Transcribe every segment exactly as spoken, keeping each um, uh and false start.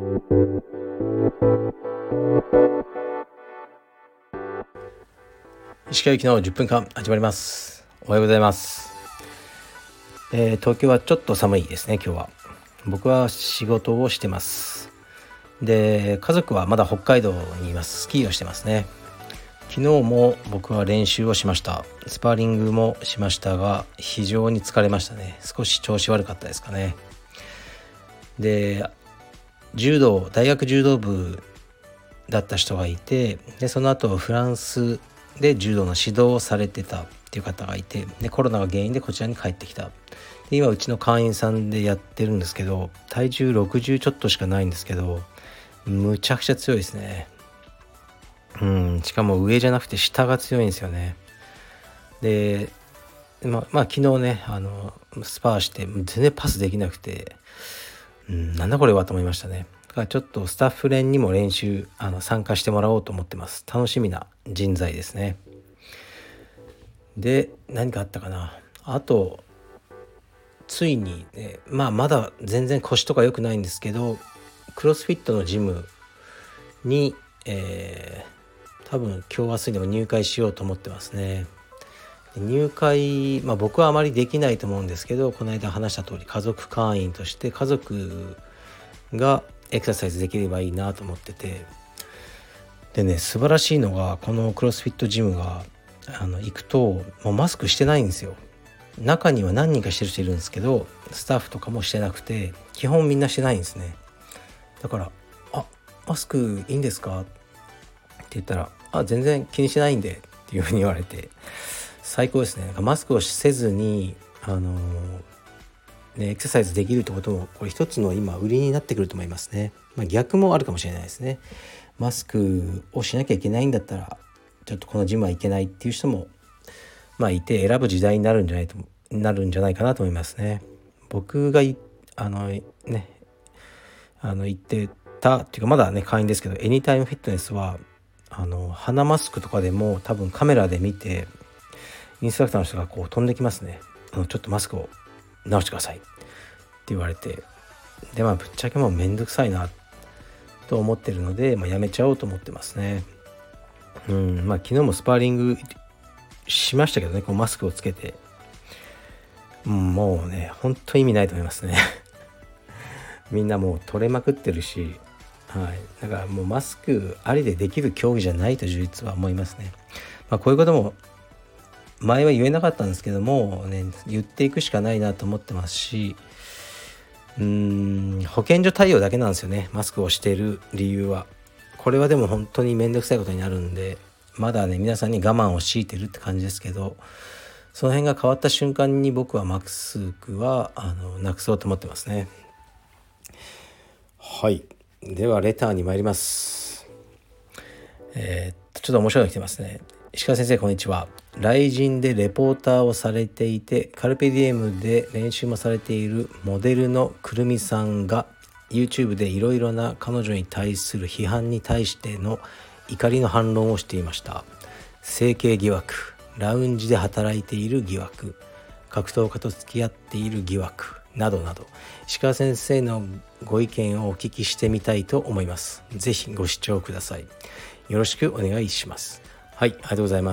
石川行きのじゅっぷんかん始まります。おはようございます。えー、東京はちょっと寒いですね。今日は僕は仕事をしてます。で、家族はまだ北海道にいます。スキーをしてますね。昨日も僕は練習をしました。スパーリングもしましたが、非常に疲れましたね。少し調子悪かったですかね。で、柔道大学柔道部だった人がいて、でその後フランスで柔道の指導をされてたっていう方がいて、でコロナが原因でこちらに帰ってきた。で今うちの会員さんでやってるんですけど、体重ろくじゅうちょっとしかないんですけど、むちゃくちゃ強いですね。うんしかも上じゃなくて下が強いんですよね。でま, まあ昨日ねあのスパーして全然パスできなくて、うんなんだこれはと思いましたね。だからちょっとスタッフ連にも練習あの参加してもらおうと思ってます。楽しみな人材ですね。で何かあったかな。あとついに、ね、まあまだ全然腰とか良くないんですけど、クロスフィットのジムに、えー多分今日明日にも入会しようと思ってますね。入会、まあ、僕はあまりできないと思うんですけど、この間話した通り家族会員として家族がエクササイズできればいいなと思ってて、でね素晴らしいのがこのクロスフィットジムがあの行くともうマスクしてないんですよ。中には何人かしてる人いるんですけど、スタッフとかもしてなくて基本みんなしてないんですね。だからあマスクいいんですかって言ったら、あ全然気にしないんでっていうふうに言われて最高ですね。なんかマスクをせずにあのー、ねエクササイズできるってこともこれ一つの今売りになってくると思いますね。まあ、逆もあるかもしれないですね。マスクをしなきゃいけないんだったらちょっとこのジムはいけないっていう人もまあいて、選ぶ時代になるんじゃないとなるんじゃないかなと思いますね。僕がいあのねあの言ってたっていうかまだね会員ですけど、エニタイムフィットネスはあの鼻マスクとかでも多分カメラで見てインストラクターの人がこう飛んできますね。あのちょっとマスクを直してくださいって言われて、でまあぶっちゃけもうめんどくさいなと思ってるので、まあ、やめちゃおうと思ってますね。うんまあ昨日もスパーリングしましたけどね、こうマスクをつけて、うん、もうね本当意味ないと思いますねみんなもう取れまくってるし、はい、だからもうマスクありでできる競技じゃないと実は思いますね。まあ、こういうことも前は言えなかったんですけども、ね、言っていくしかないなと思ってますし、うーん保健所対応だけなんですよね、マスクをしている理由は。これはでも本当にめんどくさいことになるんで、まだね皆さんに我慢を強いてるって感じですけど、その辺が変わった瞬間に僕はマスクはあのなくそうと思ってますね。はい、ではレターに参ります。えー、っとちょっと面白いの来てますね。石川先生こんにちは。雷神でレポーターをされていて、カルペディエムで練習もされているモデルのくるみさんが YouTube でいろいろな彼女に対する批判に対しての怒りの反論をしていました。整形疑惑、ラウンジで働いている疑惑、格闘家と付き合っている疑惑などなど、石川先生のご意見をお聞きしてみたいと思います。ぜひご視聴ください。よろしくお願いします。はい、ありがとうございます。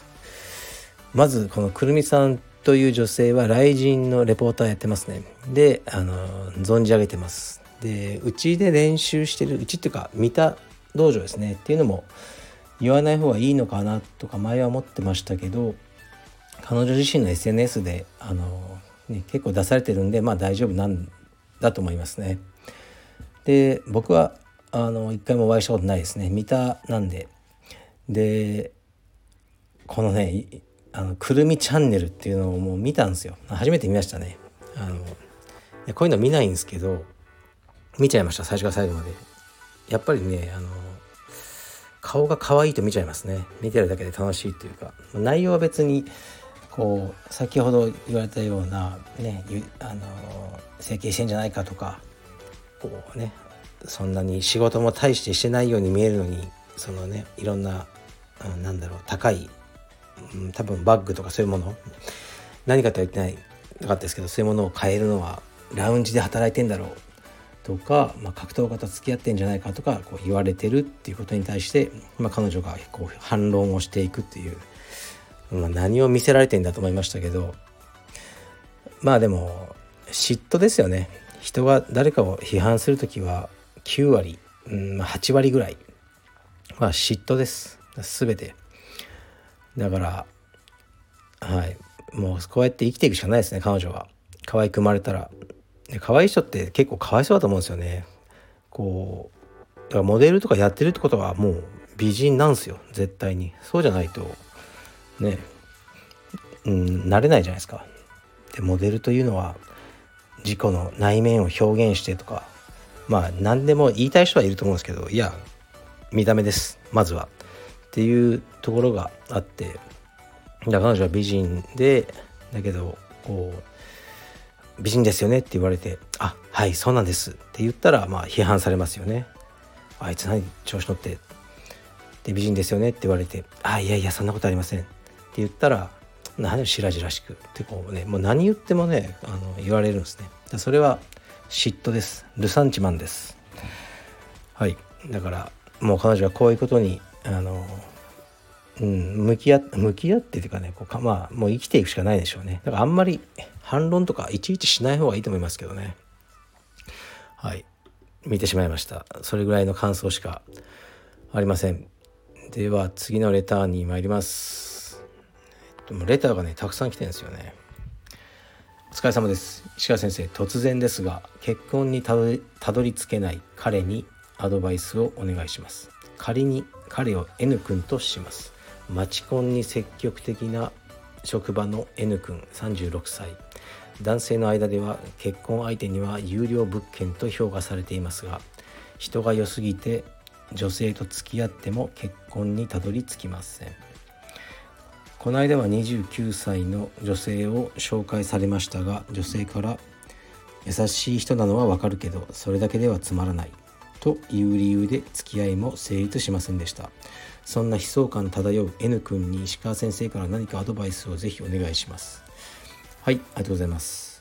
まずこのくるみさんという女性は雷神のレポーターやってますね。で、あの存じ上げてます。で、うちで練習してる、うちっていうか見た道場ですねっていうのも言わない方がいいのかなとか前は思ってましたけど、彼女自身の エスエヌエス であの、ね、結構出されてるんで、まあ大丈夫なんだと思いますね。で、僕はあの一回もお会いしたことないですね。見たなんで。で、このねあのくるみチャンネルっていうのをもう見たんですよ。初めて見ましたね。あのこういうの見ないんですけど見ちゃいました、最初から最後まで。やっぱりねあの顔が可愛いと見ちゃいますね。見てるだけで楽しいというか、内容は別にこう先ほど言われたようなねあの整形してんじゃないかとか、こうねそんなに仕事も大してしてないように見えるのに、そのねいろんな、うん、なんだろう高い、うん、多分バッグとかそういうもの、何かとは言ってないなかったですけど、そういうものを買えるのはラウンジで働いてんだろうとか、まあ、格闘家と付き合ってんじゃないかとかこう言われてるっていうことに対して、まあ、彼女がこう反論をしていくっていう、まあ、何を見せられてんだと思いましたけど、まあでも嫉妬ですよね。人が誰かを批判するときはきゅうわり、うん、はちわりぐらいまあ嫉妬です。全てだから、はい、もうこうやって生きていくしかないですね。彼女は可愛く生まれたら。で可愛い人って結構かわいそうだと思うんですよね。こうだからモデルとかやってるってことはもう美人なんですよ、絶対に。そうじゃないとね、うん、なれないじゃないですか。でモデルというのは自己の内面を表現してとか、まあ何でも言いたい人はいると思うんですけど、いや見た目ですまずはっていうところがあって、だから彼女は美人でだけどこう美人ですよねって言われて、あはいそうなんですって言ったらまあ批判されますよね。あいつ何調子乗ってで美人ですよねって言われて、あいやいやそんなことありませんって言ったら、何を白々しくってこうね、もう何言ってもねあの言われるんですね。それは嫉妬です。ルサンチマンです。はい、だからもう彼女はこういうことにあの、うん、向き合って向き合ってというかね、こうかまあもう生きていくしかないでしょうね。だからあんまり反論とかいちいちしない方がいいと思いますけどね。はい、見てしまいました。それぐらいの感想しかありません。では次のレターに参ります。でもレターがねたくさん来てるんですよね。お疲れ様です。石川先生、突然ですが結婚にたどり、たどり着けない彼にアドバイスをお願いします。仮に彼を N 君とします。マチコンに積極的な職場の N 君さんじゅうろくさい、男性の間では結婚相手には有料物件と評価されていますが、人が良すぎて女性と付き合っても結婚にたどり着きません。この間はにじゅうきゅうさいの女性を紹介されましたが、女性から優しい人なのはわかるけどそれだけではつまらないという理由で付き合いも成立しませんでした。そんな悲壮感漂う N 君に石川先生から何かアドバイスをぜひお願いします。はい、ありがとうございます。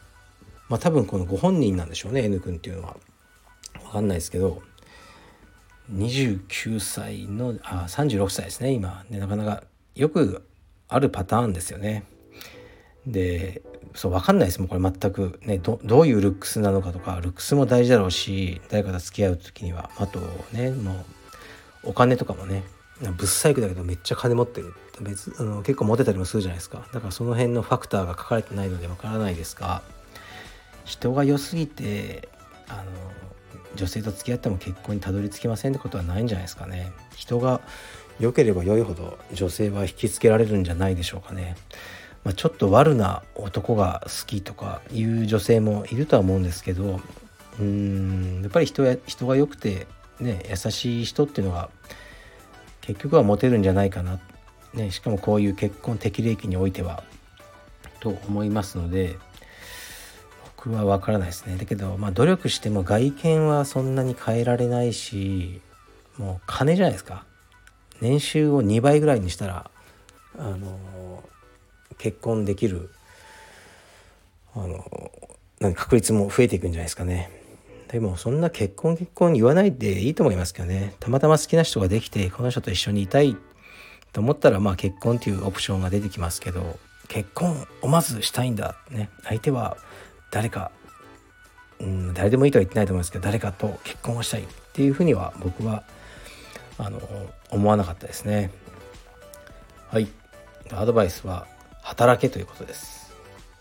まあ多分このご本人なんでしょうね、 N 君っていうのは。わかんないですけど、にじゅうきゅうさいのあさんじゅうろくさいですね今で、なかなかよくあるパターンですよね。でそう分かんないですもんこれ全くね、 ど, どういうルックスなのかとか、ルックスも大事だろうし、誰かと付き合う時にはあとね、もうお金とかもね、ぶっ細工だけどめっちゃ金持ってる、別あの結構モテたりもするじゃないですか。だからその辺のファクターが書かれてないので分からないですが、人が良すぎてあの女性と付き合っても結婚にたどり着きませんってことはないんじゃないですかね。人が良ければ良いほど女性は引きつけられるんじゃないでしょうかね。まあ、ちょっと悪な男が好きとかいう女性もいるとは思うんですけど、うーんやっぱり人や人が良くてね、優しい人っていうのが結局はモテるんじゃないかな、ね、しかもこういう結婚適齢期においてはと思いますので、僕は分からないですね。だけどまあ努力しても外見はそんなに変えられないし、もう金じゃないですか。年収をにばいぐらいにしたらあの結婚できるあのなんか確率も増えていくんじゃないですかね。でもそんな結婚結婚言わないでいいと思いますけどね。たまたま好きな人ができてこの人と一緒にいたいと思ったらまあ結婚っていうオプションが出てきますけど、結婚をまずしたいんだね、相手は誰か、うん、誰でもいいとは言ってないと思いますけど、誰かと結婚をしたいっていうふうには僕はあの思わなかったですね。はい、アドバイスは働けということです。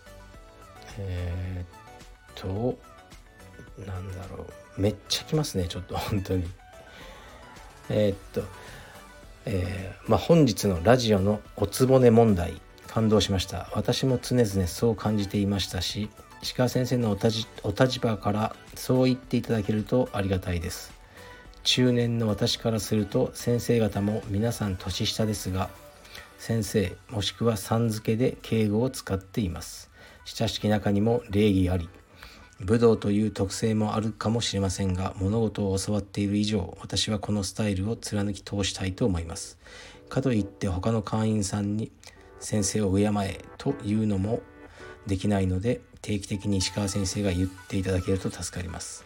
えー、っとなんだろう、めっちゃきますねちょっと本当に。えー、っと、えー、まあ本日のラジオのおつぼね問題感動しました。私も常々そう感じていましたし、石川先生のお立お立場からそう言っていただけるとありがたいです。中年の私からすると先生方も皆さん年下ですが、先生もしくはさん付けで敬語を使っています。親しき中にも礼儀あり、武道という特性もあるかもしれませんが、物事を教わっている以上、私はこのスタイルを貫き通したいと思います。かといって他の会員さんに先生を敬えというのもできないので、定期的に石川先生が言っていただけると助かります。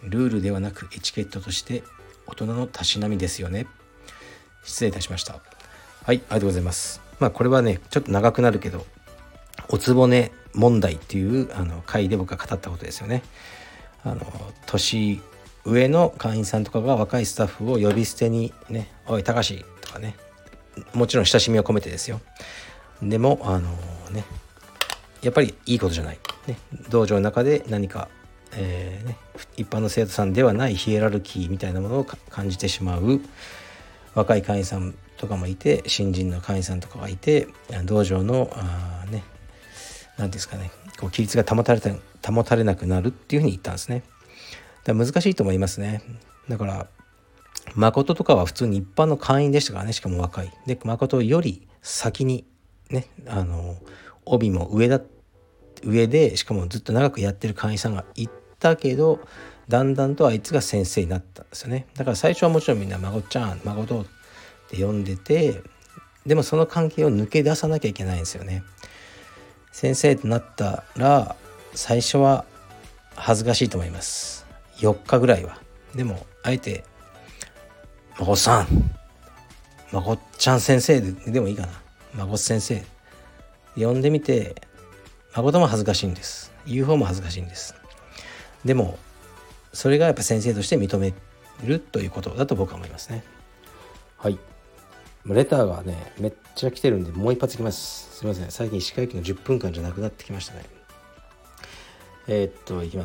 ルールではなくエチケットとして大人のたしなみですよね。失礼いたしました。はい、ありがとうございます。まあこれはねちょっと長くなるけど、おつぼね問題っていうあの回で僕が語ったことですよね。あの年上の会員さんとかが若いスタッフを呼び捨てにね、おい高しとかね、もちろん親しみを込めてですよ。でもあのねやっぱりいいことじゃない、ね、道場の中で何か、えーね、一般の生徒さんではないヒエラルキーみたいなものを感じてしまう若い会員さんとかもいて、新人の会員さんとかがいて、道場のあ、ね、なんですかね、こう規律が保たれた保たれなくなるっていうふうに言ったんですね。だから難しいと思いますね。だから誠とかは普通に一般の会員でしたからね、しかも若いで、誠より先にね、あの帯も上だ上でしかもずっと長くやってる会員さんがいたけど、だんだんとあいつが先生になったんですよね。だから最初はもちろんみんなまこちゃんまことって呼んでて、でもその関係を抜け出さなきゃいけないんですよね。先生となったら最初は恥ずかしいと思います。よっかぐらいは。でもあえてまこさんまこちゃん先生 で, でもいいかなまこ先生呼んでみて、まことも恥ずかしいんです。言う方も恥ずかしいんです。でもそれがやっぱ先生として認めるということだと僕は思いますね。はい、レターがねめっちゃ来てるんでもう一発いきます。すいません、最近石川駅のじゅっぷんかんじゃなくなってきましたね。えー、っといきます。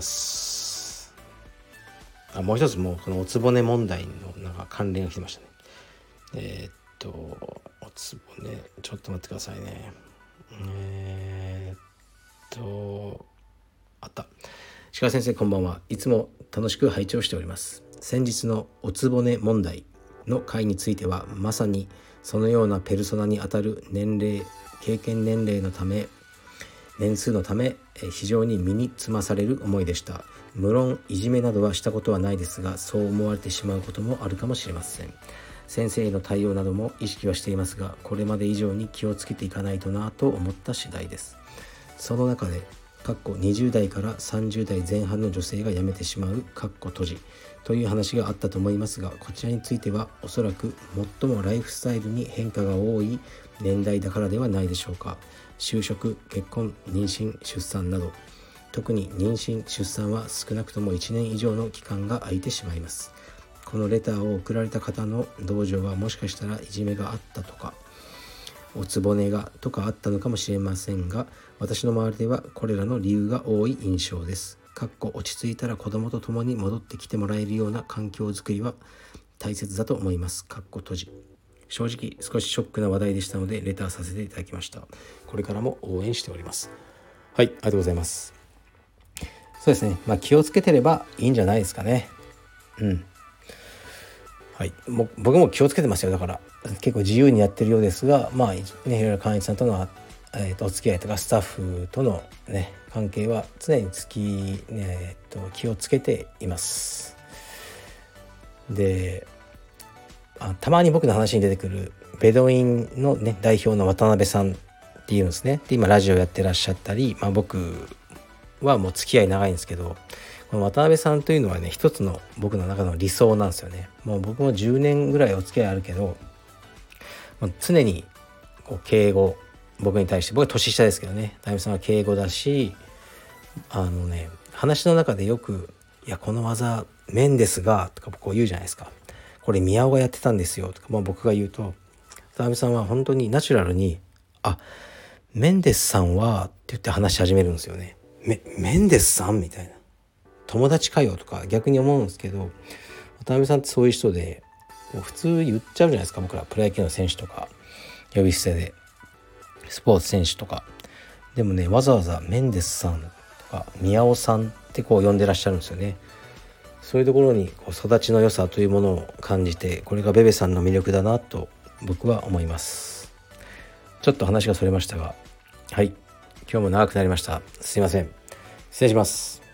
あ、もう一つもうこのおつぼね問題のなんか関連が来てましたね。えー、っとおつぼねちょっと待ってくださいね。えー、っとあった石川先生、こんばんは。いつも楽しく拝聴しております。先日のおつぼね問題の回についてはまさにそのようなペルソナにあたる年齢経験年齢のため年数のため非常に身につまされる思いでした。無論いじめなどはしたことはないですが、そう思われてしまうこともあるかもしれません。先生への対応なども意識はしていますが、これまで以上に気をつけていかないとなと思った次第です。その中でにじゅう代からさんじゅう代前半の女性が辞めてしまう閉じという話があったと思いますが、こちらについてはおそらく最もライフスタイルに変化が多い年代だからではないでしょうか。就職、結婚、妊娠、出産など、特に妊娠・出産は少なくともいちねん以上の期間が空いてしまいます。このレターを送られた方の道場はもしかしたらいじめがあったとかおつぼねがとかあったのかもしれませんが、私の周りではこれらの理由が多い印象です。かっこ落ち着いたら子供と共に戻ってきてもらえるような環境づくりは大切だと思います。かっこ閉じ。正直少しショックな話題でしたのでレターさせていただきました。これからも応援しております。はい、ありがとうございます。そうですね、まあ気をつけてればいいんじゃないですかね。うんはい、も僕も気をつけてますよ。だから結構自由にやってるようですが、まあね、いろいろ会員さんとの、えー、とお付き合いとかスタッフとの、ね、関係は常につき、ねえー、と気をつけています。であたまに僕の話に出てくるベドウィンの、ね、代表の渡辺さんっていうんですね。で今ラジオやってらっしゃったり、まあ、僕はもう付き合い長いんですけど、この渡辺さんというのはね一つの僕の中の理想なんですよね。もう僕もじゅうねんぐらいお付き合いあるけど、常にこう敬語、僕に対して、僕は年下ですけどね、渡辺さんは敬語だし、あのね話の中でよくいやこの技メンデスがとかこう言うじゃないですか。これ宮尾がやってたんですよとか、まあ、僕が言うと渡辺さんは本当にナチュラルにあメンデスさんはって言って話し始めるんですよね。メ, メンデスさんみたいな、友達かよとか逆に思うんですけど、渡辺さんってそういう人で普通言っちゃうじゃないですか。僕らプロ野球の選手とか呼び捨てでスポーツ選手とかでもね、わざわざメンデスさんとか宮尾さんってこう呼んでらっしゃるんですよね。そういうところにこう育ちの良さというものを感じて、これがベベさんの魅力だなと僕は思います。ちょっと話がそれましたが、はい、今日も長くなりました。すいません。失礼します。